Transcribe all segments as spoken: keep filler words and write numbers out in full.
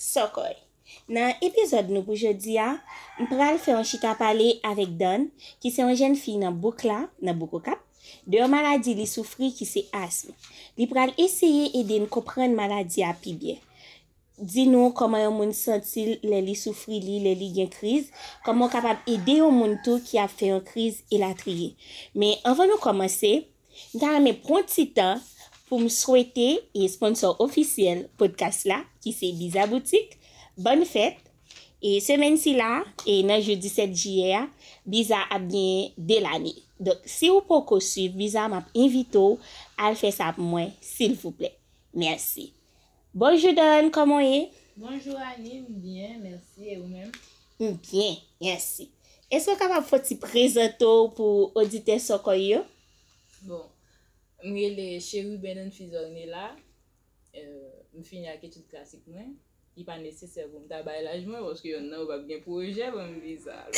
Sokoy. Dans l'épisode nous pour aujourd'hui, on pral faire un chita parler avec Don, qui c'est une jeune fille dans Boukla, dans Boukokap, de une maladie li souffri qui c'est asthme. Li pral essayer aider nous comprendre maladie à pi bien. Dis-nous comment on moun senti les li souffri li, les li gen crise, comment capable aider au moun tout qui a fait une crise et la trier. Mais avant de commencer, nous prendre un petit temps pour me souhaiter et sponsor officiel podcast là qui c'est Biza Boutique. Bonne fête. Et semaine-ci là, et dans jeudi sept juillet, Biza a bien de l'année. Donc, si vous pouvez suivre, Biza m'a invité à faire ça pour moi, s'il vous plaît. Merci. Bonjour Don, comment est? Bonjour Annie, bien, merci. Et vous-même? Bien, merci. Est-ce que vous êtes capable de faire un présenter pour auditeurs Sokoy? Bon, je suis le chéri Benon Fizorne là. Je finis avec études classiques. Il n'est pas nécessaire pour me travailler l'âge parce que je n'ai pas bien projet pour me dire ça.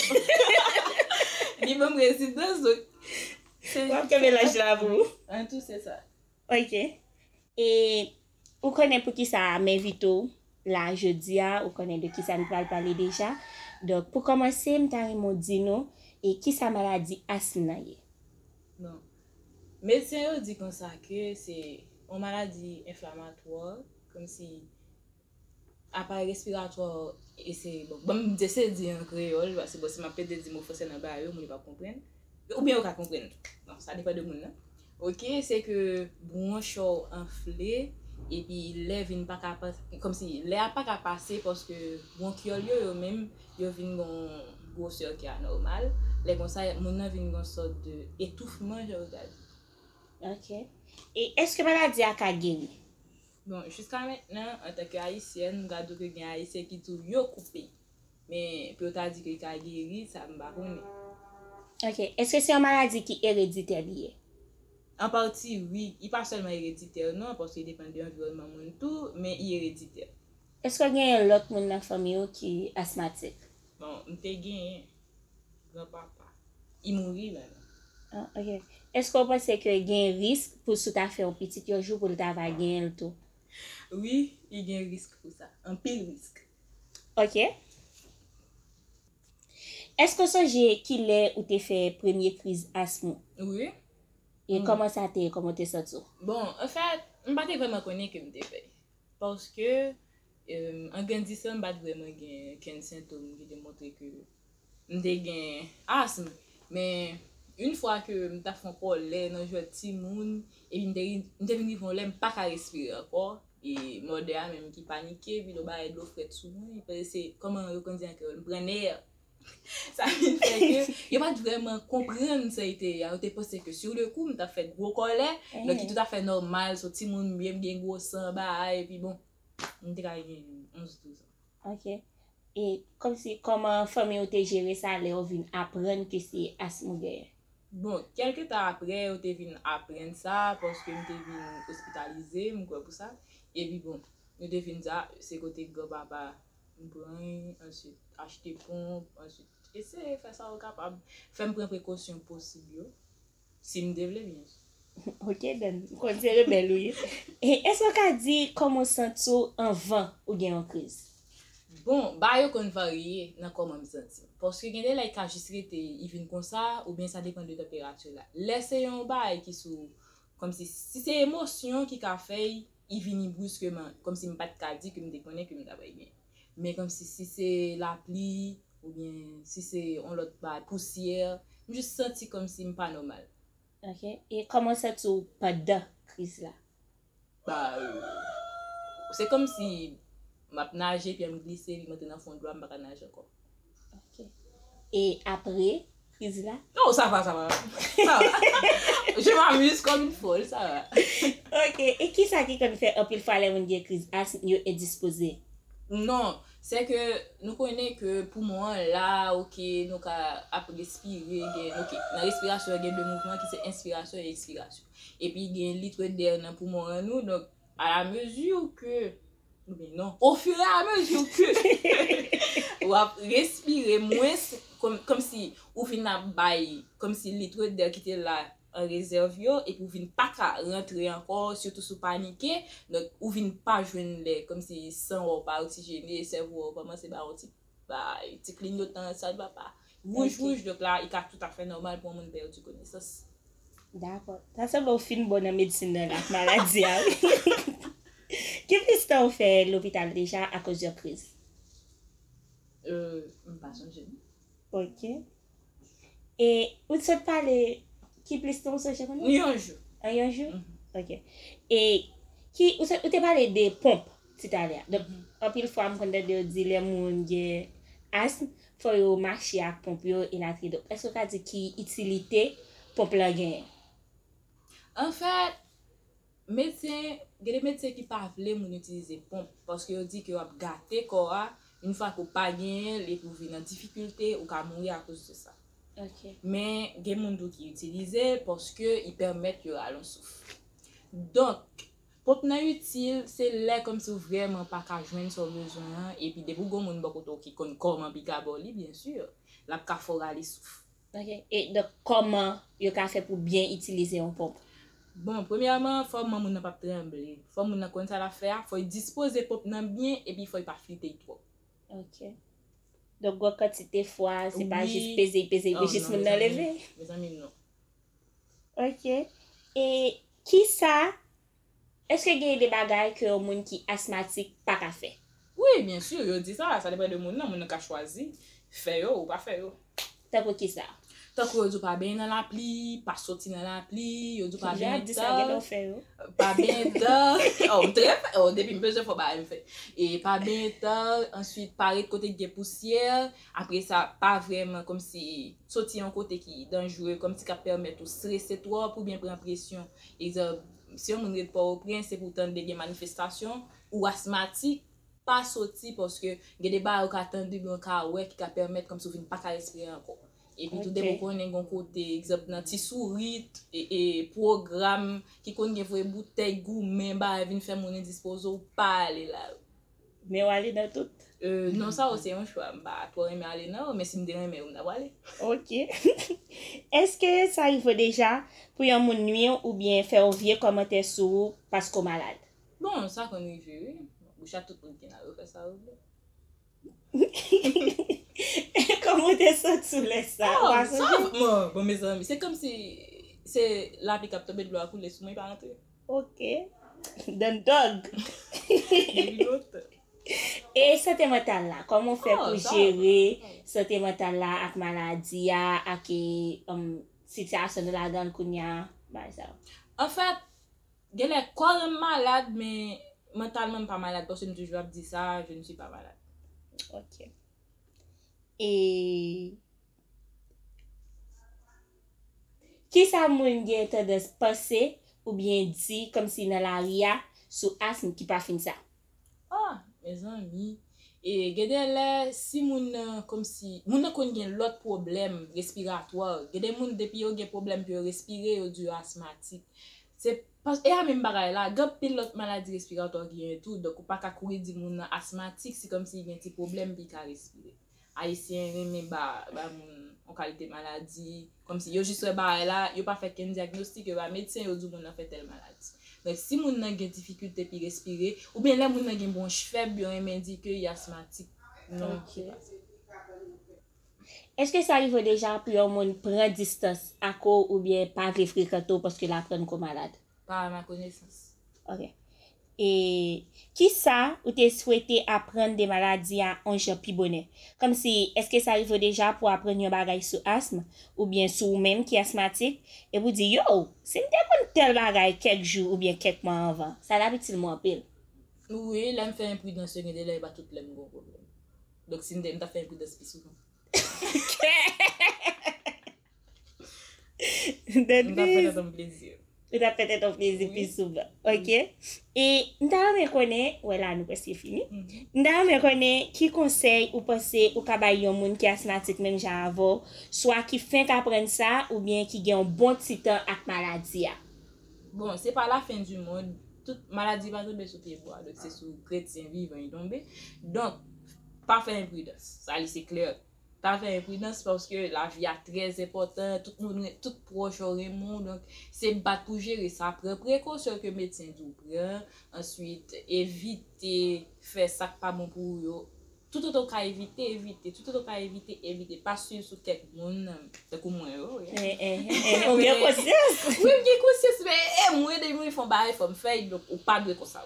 Il va me résidence. Comment quel l'âge là vous? En tout, c'est ça. Ok. Et vous connaissez pour qui ça m'invite là jeudi, vous connaissez de qui ça nous parle parler déjà. Donc pour commencer, je vais dire nous et qui sa maladie asthme. Non. Médecin dit comme ça que c'est une maladie inflammatoire, comme si appareil respiratoire et c'est bon bon j'essaie de dire en créole parce que bon si m'a peut-être dire mot français dans ba yo on ne pas comprendre ou bien on va comprendre. Non, ça dépend de moun là. OK, c'est que bronche enflé et puis l'air vient pas capable comme si l'air pas capable passer parce que bronchiole yo même yo vinn gon grosseur qui est normal. Les comme ça mon nan vinn gon sorte de étouffement je regarde. OK. Et est-ce que maladie a ka guéri? Bon, jusqu'à maintenant, en tant qu'haïtienne, nous avons que les haïtiens qui tout yo coupé. Mais pour t'a dit que il a guéri, ça me va connaître. OK. Est-ce que c'est une maladie qui est héréditaire liée? En partie, oui. Il n'est pas seulement héréditaire, non, parce qu'il dépend de l'environnement et tout, mais il est héréditaire. Est-ce qu'il y a l'autre monde dans la famille qui est asthmatique? Bon, je t'ai gagné. Grand-papa. Il mourit maintenant. Ah, OK. Est-ce que vous pensez qu'il y a un risque pour ce que fait un petit jour pour le travail gagner le tout? Oui, il y a un risque pour ça. Un pile risque. OK. Est-ce que ça j'ai qu'il est ou t'es fait première crise asthme? Oui. Et Mm. comment ça t'est comment t'es senti? Bon, en fait, je ne sais pas vraiment connaître que je t'ai fait. Parce que euh, en grandissant, je ne sais pas vraiment quel symptôme qui démontre que j'ai un asthme. Mais une fois que je fait un pollen, je suis petit monde et je suis venu voir l'air pas qu'à respirer encore et modèle même qui paniquait puis le bas de l'eau frette sous moi et c'est comment on dit que le prendre air ça fait que il pas vraiment comprendre ça été a été pensé que sur le coup m'ta fait gros colère donc qui tout à fait normal so petit monde bien bien gros sang ba et puis bon on était gagné onze douze ans. OK. Et comme si comment famille te gérer ça les on vient apprendre que c'est asthme guerre. Bon, quelques temps après, on est venu apprendre ça parce que on est venu hospitaliser, moi pour ça. Et puis bon, on est venu ça, c'est côté grand-papa, on prend, ensuite acheter pompe, ensuite essayer de faire ça au capable, faire prendre précaution possible, si me développe bien sûr. OK, ben, continue belle oui. Et est-ce que tu dit comment senti en vent ou bien en crise? Bon, bah yo kon varie dans comment me sentir parce que gende la ka juste rete il vient comme ça ou bien ça dépend de température là. Laissez un bail qui sou comme si si c'est émotion qui ka fait il vient brusquement comme si me pas de dit que me déconner que me travaille bien. Mais comme si si c'est la pluie ou bien si c'est on l'autre bail poussière, me juste senti comme si me pas normal. OK. Et comment ça tu pendant crise là? Bah euh, c'est comme si m'a nager puis me glisser puis monter dans fond de l'eau me pas nager encore. OK. Et après crise là? Non, ça va, ça va. Ça va. Je m'amuse comme une folle, ça va. OK. Et qui ça qui quand fait un pile fois les gens qui crise asthme yo est disposé? Non, c'est que nous connaissons que pour moi là, OK, nous avons respirer, OK, la respiration il y a deux mouvements qui c'est inspiration et expiration. Et puis il y a un litre d'air dans poumon nous donc à la mesure que mais non, au fur et à mesure que ou respirer moins comme comme si ou fin na bail comme si litre d'air qui était là en réserve yo, et puis ou vin pas ka rentrer encore, surtout sous paniqué, donc ou vin pas joindre les, comme si sang ou pas oxygéné, cerveau ou commence ba un petit bah petit clignotant, ça ne va pas. Rouge, Ok. rouge, donc là, il est tout à fait normal pour moun perdre connaissance. D'accord. Ça semble au film bonne médecine dans la maladie. Hein? Quel plus temps fait l'hôpital déjà à cause de la crise? Euh, pas songe. Ok. Et où tu parler qui plus temps ça je connais? Ni un jour. Un jour? Mhm. Ok. Et qui où tu parlé des pompes tout à l'heure. Donc en pile fois me connais de dire les moun qui asthme faut yo marcher avec pompe yo et la tri. Donc est-ce que tu as dit qui utilité pompe la gagne? En fait, médecin, il y a des médecins qui pas vle moun utiliser pompe parce que yo dit que ont gâté corps une fois qu'on pas gain les pour venir en difficulté ou ka mourir à cause de ça. Ok. Mais il y a des gens qui utilisent parce que ils permettent de rallonger souffle. Donc, pompe nan utile, c'est là comme si vraiment pas ka joindre son besoin et puis des bougon moun bokoto qui connaît comment bicaboli bien sûr, la ka fora les souffle. Ok. Et donc comment yo ka fait pour bien utiliser une pompe? Bon, premièrement, faut moun nan pas trembler. Faut moun nan connait ça la faire, faut disposer pompe nan bien et puis faut pas fliter trop. Ok. Donc, gros quantité fois, c'est pas Oui. juste peser, peser, Oh, mais juste non, moun mes nan amis, lever. mes amis, non. Ok. Et qui ça? Est-ce que y a des bagages que moun qui asthmatique pas ka fait? Oui, bien sûr, yo dit ça, ça dépend de moun nan, moun nan ka choisi, fait yo ou pas fait yo. T'as pour qui ça? Tant que yo dit pas bien dans la pli, pas sorti dans la pli, yo dit pas J'ai bien dit ça, qu'elle dans, a fait. Oh. pas bien dans, oh, très, oh, depuis besoin faut pas fait. Et pas bien dans, ensuite parer de côté de poussière, après ça, pas vraiment comme si sorti un côté qui est dangereux, comme si ça permet de stresser trop pour bien prendre pression. Exemple, si on ne pas au prince, c'est pourtant des manifestations ou asthmatique, pas sorti parce que il y a des barres qui attendent dans ka ouais qui permettent comme si on ne pas respirer encore. Et puis tout Ok. des qu'on un côté exemple dans petit sourit et, et programme qui connaît vrai bouteille gourmet ba vinn faire mon dispose ou pas aller là. Mais on aller dans tout. Euh, non ça c'est un choix bah toi aimer aller non mais si me dérange mais on va aller. Ok. Est-ce que ça arrive déjà pour un moun nuire ou bien faire un vieux commentaire sur parce qu'on malade? Bon ça qu'on y vu oui. Bouche à tout le monde qui n'a fait ça. Comment t'es senti sous les ça? Ah, ça bon, bon mes amis, c'est comme si c'est l'applicable tombé de l'eau à couler sur moi pas rentrer. Ok. Then dog. Et l'autre. Et santé mentale là, comment on fait Oh, pour ça, gérer santé mentale là avec maladie avec um, situation de la donne qu'on y a, bah ça. En fait, je suis corps malade, mais mentalement pas malade. Parce que je me toujours dit ça, je ne suis pas malade. Ok. Et qui ça moun gen tendance penser ou bien dit comme si dans la ria sous asthme qui pas fin ça? Ah, mes amis. Et gade là, si moun euh, comme si moun nan kon gen l'autre problème respiratoire, gade moun depuis yo gen problème pour respirer yo du asthmatique. C'est parce et a même bagay là, gade pile l'autre maladie respiratoire qui gen tout, donc ou pas ka courir di moun nan asthmatique, c'est comme si gen ti problème pi ka respirer. Haïtien reme ba ba moun en qualité maladie, comme si yo juste ba là, yo pas fait qu'un diagnostic, yo ba médecin yo di moun nan fait telle maladie. Donc si moun nan gen difficulté pour respirer ou bien là moun nan gen bronche faible, yo me dit que y asthmatique. Non. Ok. Est-ce que ça arrive déjà pour un monde prendre distance à cause ou bien pas vle fréquenter parce que la prenne comme malade? Pas à ma connaissance. Ok. Et qui ça ou t'es souhaité apprendre des maladies à un jour pi bonnet? Comme si, est-ce que ça arrive déjà pour apprendre un bagay sur asthme ou bien sur ou même qui est asthmatique et vous dire yo, c'est m'te kon tel bagay quelques jours ou bien quelques mois avant. Ça l'habitude moi pile. Oui, là me fait imprudence de là il pas tout le bon problème. Donc si m'ta fait imprudence plus souvent. M'ta fait un plaisir. Ou ta peut-être un plaisir Oui. plus souvent. Ok? Et m'ta me connaît, voilà, nous presque fini. Mhm. M'ta me connaît qui conseille ou penser ou ka bay yon moun qui asthmatique même jan avant, soit qui fin qu'apprendre ça ou bien qui gen un bon petit temps ak maladie a. Bon, c'est pas la fin du monde. Toute maladie va tomber sur pied bois. Donc c'est sur chrétien vivant y tomber. Donc pas faire imprudence. Ça c'est clair. ta fè imprudence parce que la vie est très importante, tout le monde, tout proche au monde, donc c'est battre pour gérer ça. Prendre précaution que médecin nous prend, ensuite éviter faire ça pas bon pour eux. Tout autant qu'à éviter, éviter, tout autant qu'à éviter, éviter, pas suivre sur quelqu'un monde, c'est comme moi, oui. Eh, eh, eh, on bien conscience. Oui, bien conscience, mais eh, moi, des gens ils font bail, ils font faire, donc ou pas de comme ça.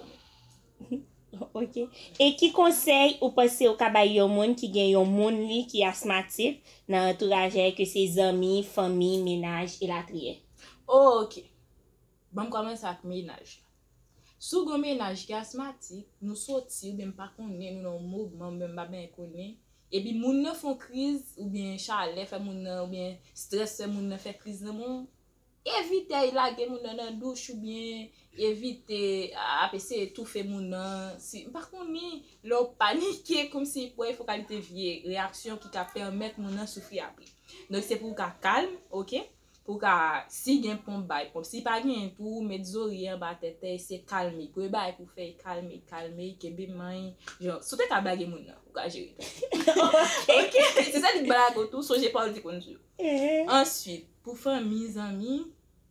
Ok. Et qui conseille ou passer au cabay yon moun qui gen yon moun li qui asthmatique dans entourage que ses amis, famille, ménage et la trier? Oh, ok. Bon, commence avec ménage. Sou gon ménage qui asthmatique, nous sorti ou bien pas connaît, nous non mouvement, même pas bien connaît. Et puis moun nan font crise ou bien chalet fait moun nan ou bien stress fait moun nan fait crise nan moun. Éviter la gen moun nan dans douche ou bien éviter à essayer tout fait moun nan. Si par contre ni l'on paniquer comme si pour il faut qualité vie réaction qui ka permettre moun nan souffrir après. Donc c'est pour ka calme, OK? Pour ka si gen pon bay, pon si pa gen tout mettre zori en bas tête, c'est calmer. Pour bay pour faire calmer, calmer, kebe man, genre surtout ka bagay moun nan, pour ka gérer. OK, c'est ça dit blague tout, so j'ai pas dit kon Dieu. Ensuite, pour famille amis,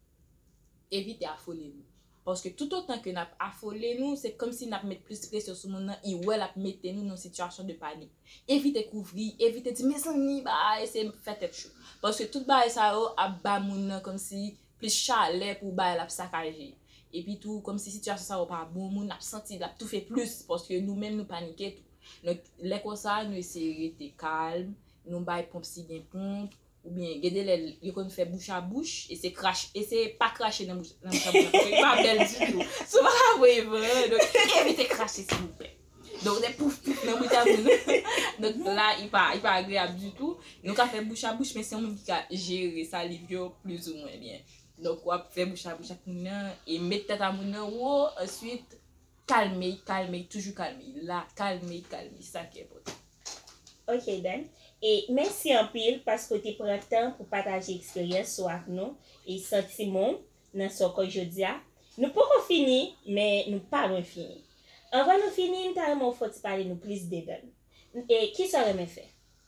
éviter affoler nous. Parce que tout autant que n'a affolé nous, c'est comme si n'a mettre plus de pression sur mon et ouais la mettre nous dans une situation de panique. Éviter couvrir, éviter dire mes amis bah essayer faire tête chaud. Parce que tout bail ça a bas moun comme si plus chalet pour bail la saccager. Et puis tout comme si situation ça pas bon moun a senti la tout fait plus parce que nous même nous paniquer tout. Donc les comme ça nous essayer rester calme, nous bail pompe si bien pompe ou bien gade les yo kon fait bouche à bouche et c'est crash et c'est pas cracher dans bouche dans bouche à bouche c'est pas belle du tout c'est pas vrai donc évitez cracher s'il vous plaît donc des pouf pouf dans bouche à bouche donc là il pas il pas agréable du tout nous ka fait bouche à bouche mais c'est un qui a gérer ça livre plus ou moins bien donc on fait bouche à bouche à moun et mettre tête à moun ou ensuite calmer calmer toujours calmer là calmer calmer ça qui est important. Ok, Dan. Et merci en pile parce que tu prends le temps pour partager l'expérience avec nous et sentiments dans ce qu'aujourd'hui. Nous pouvons finir, mais nous ne pas finir. Avant de finir, nous allons faut parler nous plus de Dan. Et qui ça remet fait?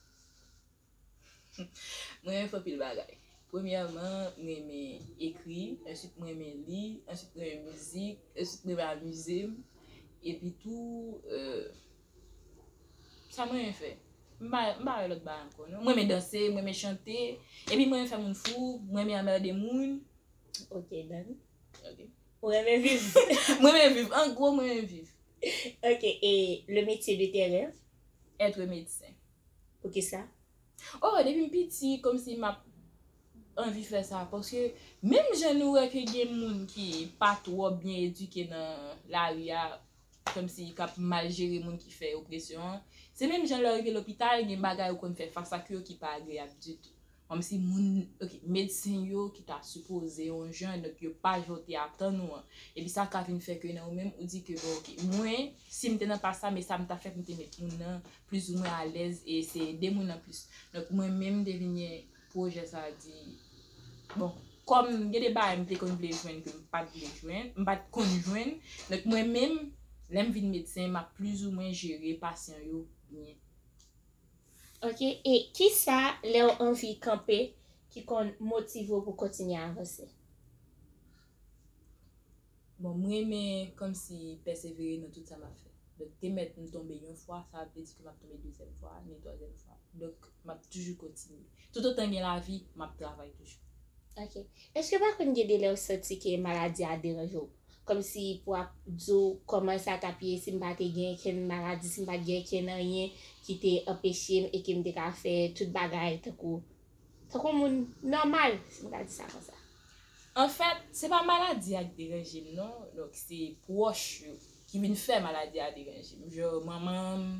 Moi, il faut pile bagay. Premièrement, moi j'aime écrire, ensuite moi j'aime lire, ensuite moi j'aime musique, ensuite moi j'aime amuser et puis tout euh, ça moi fait. Mba mba l'autre ba encore non. Moi j'aime danser, moi j'aime chanter et puis moi j'aime faire mon fou, moi j'aime emmerder moun. OK, Dan. OK. On aime vivre. Moi j'aime vivre, en gros moi j'aime vivre. OK, et le métier de tes rêves? Être médecin. Pour qui ça? Oh, depuis petit comme si m'a envie de faire ça parce que même je nous que des moun qui pas trop bien éduqué dans la rue comme si cap mal gérer moun qui fait oppression c'est même gens leur l'hôpital des bagages qu'on fait face à eux qui pas agréable du tout comme si moun OK médecin yo qui t'a supposé un jeune donc yo pas joté attendre nous et puis ça qu'a vinn fait que nous même on dit que bon OK moi si m'était dans pas ça mais ça m'a fait me mettre moun plus ou moins à l'aise et c'est des moun en plus donc moi même devenir projet ça dit bon comme il y a des bails me qu'on voulait joindre que pas voulait joindre pas qu'on joindre donc moi même l'aime vie de médecin m'a plus ou moins géré patient yo bien. OK, et qui ça leur envie camper qui kon motive pour continuer à avancer? Bon moi mais comme si persévérer dans tout ça m'a fait donc te mettre me tomber une fois ça veut dire que m'a tomber deuxième fois ni troisième fois donc m'a toujours continuer tout autant bien la vie m'a travailler toujours. OK. Est-ce que par contre, il y a des senti que maladie a dérangé? Comme si pour dire comment ça taper si m'pas te gen ken maladie si m'pas gen ken rien qui t'est empêché et qui me t'a fait toute bagaille tant que tant que moun normal si m'pas dire ça comme ça. En fait, c'est pas maladie à déranger non, donc c'est proche qui viennent faire maladie à déranger. Genre maman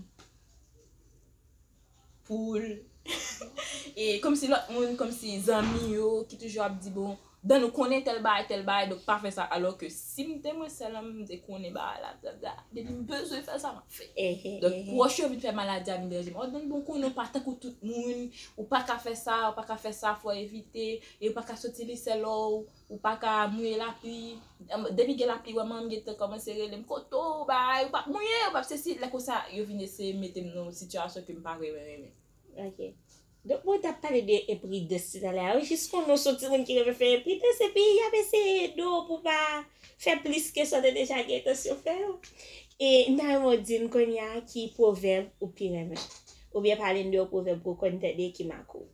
poule et comme si l'autre monde comme si amis yo qui toujours a dit bon dans nous connaît tel bail tel bail donc pas faire ça alors que si m'était moi seul me connaît bail là depuis besoin faire ça m'a fait donc proche yo vient faire maladie à déranger on donne bon qu'on pas tant que tout monde ou pas qu'à faire ça ou pas qu'à faire ça faut éviter et pas qu'à sortir les seul ou pas qu'à mouiller la pluie depuis que la pluie maman m'était commencer relem koto bail ou pas mouiller ou pas ceci là comme ça yo vient essayer mettre dans une situation que me pas vraiment. OK. Donc, on t'a parlé de épris de tout à l'heure. Jusqu'on nous sorti monde qui veut faire épris de ce pays, il y avait essayé d'eau pour pas faire plus que ça de déjà gagné sur faire. Et nous avons dit qu'on y a qui proverbe ou pire. Ou bien parler de proverbe pour connaître qui m'a couru.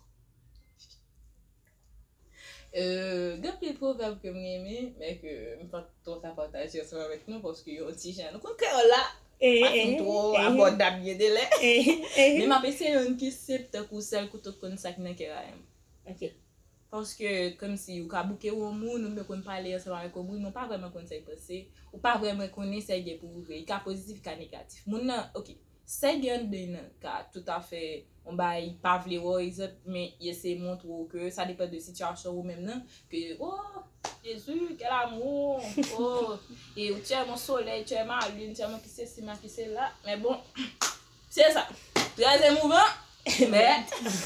Euh, il y a des proverbes que j'aime, mais que je ne peux pas trop partager ça avec nous parce que les petits gens, nous connaissons là. Eh, Pas eh, trop eh, abordable bien de lait. eh, eh. Mais ma pensée une qui c'est peut-être ou celle que tu connais ça qui n'est que là. Ok. Parce que comme si ou ka bouquet ou moun ou me kon parler ensemble avec moun, non pas vraiment connait ça passer ou pas vraiment connait ça qui pour vrai, ka positif ka négatif. Moun nan, OK. C'est bien de ka tout à fait on bail pas vle ou exemple mais il essaie montre que ça dépend de situation ou même non que oh Jésus quel amour oh et tu es mon soleil tu es ma lune tu es mon qui c'est c'est ma qui c'est là mais bon c'est ça très émouvant mais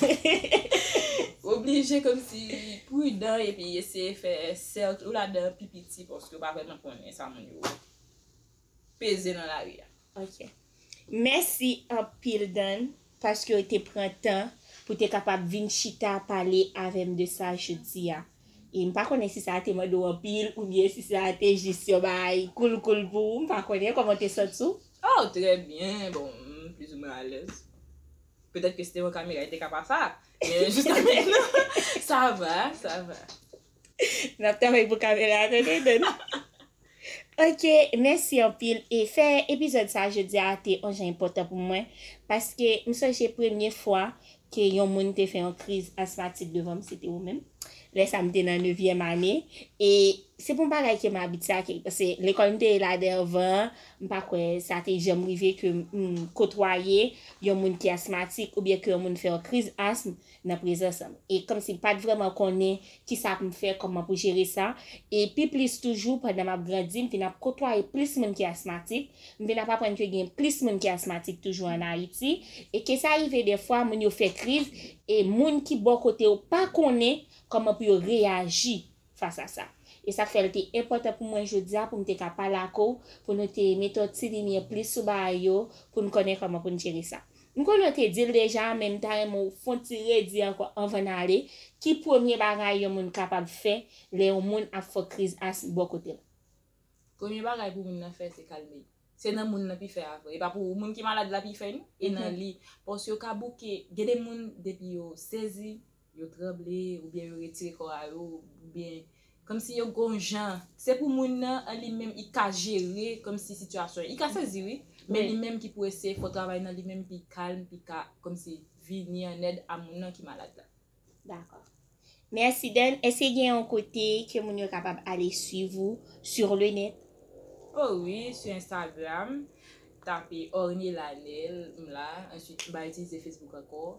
obligé comme si prudent et puis essayer de faire cercle ou là-dedans pipiti parce que pas vraiment connaître ça mon yo peser dans la rue. Ok. Merci en pile Dan parce que tu prends temps pour être capable de venir chita parler avec de ça jeudi a. Et m'pas connais si ça a été mode en pile ou bien si ça a été juste bail cool cool pour m'pas connais comment tu sens tout. Oh très bien bon plus ou moins à l'aise. Peut-être que c'était mon caméra était capable ça. Mais jusqu'à maintenant ça va, ça va. N'a pas avec vos caméras Dan. Ok, merci en pile. Et faire épisode ça, je dis à t'es important pour moi. Parce que, je c'est la première fois que yon moun te fait une crise asthmatique devant moi, c'était vous-même. Là, ça me dans la neuvième année. Et c'est pour bagay que m'habite ça, parce que l'école m'était là devant, m'pas quoi, ça t'est jamais arrivé que m côtoyer yon moun qui asthmatique ou bien que yon moun fait une crise asthme dans présence. Et comme si pas vraiment connaît qui ça me faire comment pour gérer ça. Et puis plus toujours pendant ma grandi, m'vinn a côtoyer plus moun qui asthmatique, m'vinn a apprendre que gen plus moun qui asthmatique toujours en Haïti et que ça arrive des fois moun yo fait crise et moun qui bon côté ou pas connaît comment pour réagir face à ça. Et ça fait le important pour moi aujourd'hui pour me capable parler pour nous te mettre ti lumière plus sur ba yo pour nous connaître comment pour gérer ça. Nous connait te dire déjà même temps mon font tirer dire encore avant d'aller qui premier bagay yo moun capable faire les moun a fait crise à bon côté. Premier bagay pour moun faire c'est calmer. C'est nan moun nan pi faire après et pas pour moun qui malade la pi faire et nan li parce que ka bouquet gen des moun depuis yo saisi yo tremblé ou bien yo retiré corps ou bien comme si yo gon jan c'est pour moun nan li même il ka gérer comme si situation il ka saisi oui mais lui même qui pour essayer faut travailler dans lui même puis calme puis ka comme si venir en aide à moun nan qui malade là. D'accord. Merci Dan. Est-ce qu'il y a un côté que moun yo capable aller suivre sur le net? Oh oui, sur Instagram, tapez Orny Lanel là, ensuite on va utiliser Facebook encore.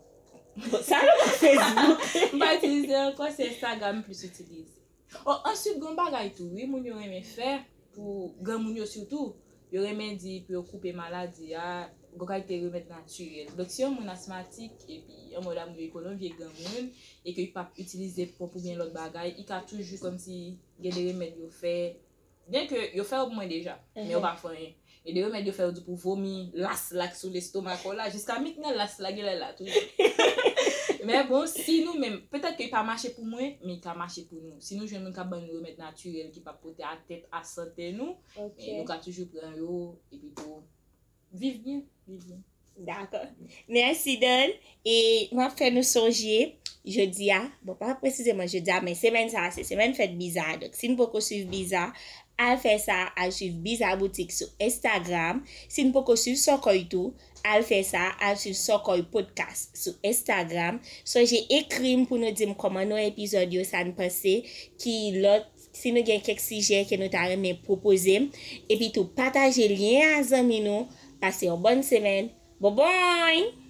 Ça le Facebook. On va utiliser encore c'est Instagram plus utilisé. Oh, ensuite gon bagay tout, oui, moun yo aime faire pour grand moun yo surtout, yo aime di pour couper maladie a, gon qualité remède naturel. Donc si on moun asthmatique et puis on madame économie vieux grand moun et que il pas utiliser pour pour bien l'autre bagay, il ka toujours comme si il y a des remèdes yo fait bien que yo fait au moins déjà uh-huh. Mais on va faire rien et des remèdes yo fait pour vomir las là sur l'estomac là jusqu'à maintenant las la gueule là tout. Mais bon si nous même peut-être que il pas marcher pour moi mais il a marché pour nous si nous jouons un ban remède naturel qui pas porter à tête à santé nous okay. Mais nous ca toujours prendre yo et puis pour vivre bien vivre bien. D'accord. Merci Dan et moi fait nous songer jeudi a bon pas précisément jeudi a mais semaine ça c'est semaine fête bizarre donc si nous pouvons suivre bizarre à faire ça à suivre bizarre boutique sur Instagram si nous pouvons suivre Sokoy tout à faire ça à suivre Sokoy podcast sur Instagram so j'ai écrit pour nous dire comment nos épisodes ça nous passé qui l'autre si nous avons quelques sujets que nous t'avons proposé et puis tout partager lien à amis nous passer une bonne semaine. Bye bye!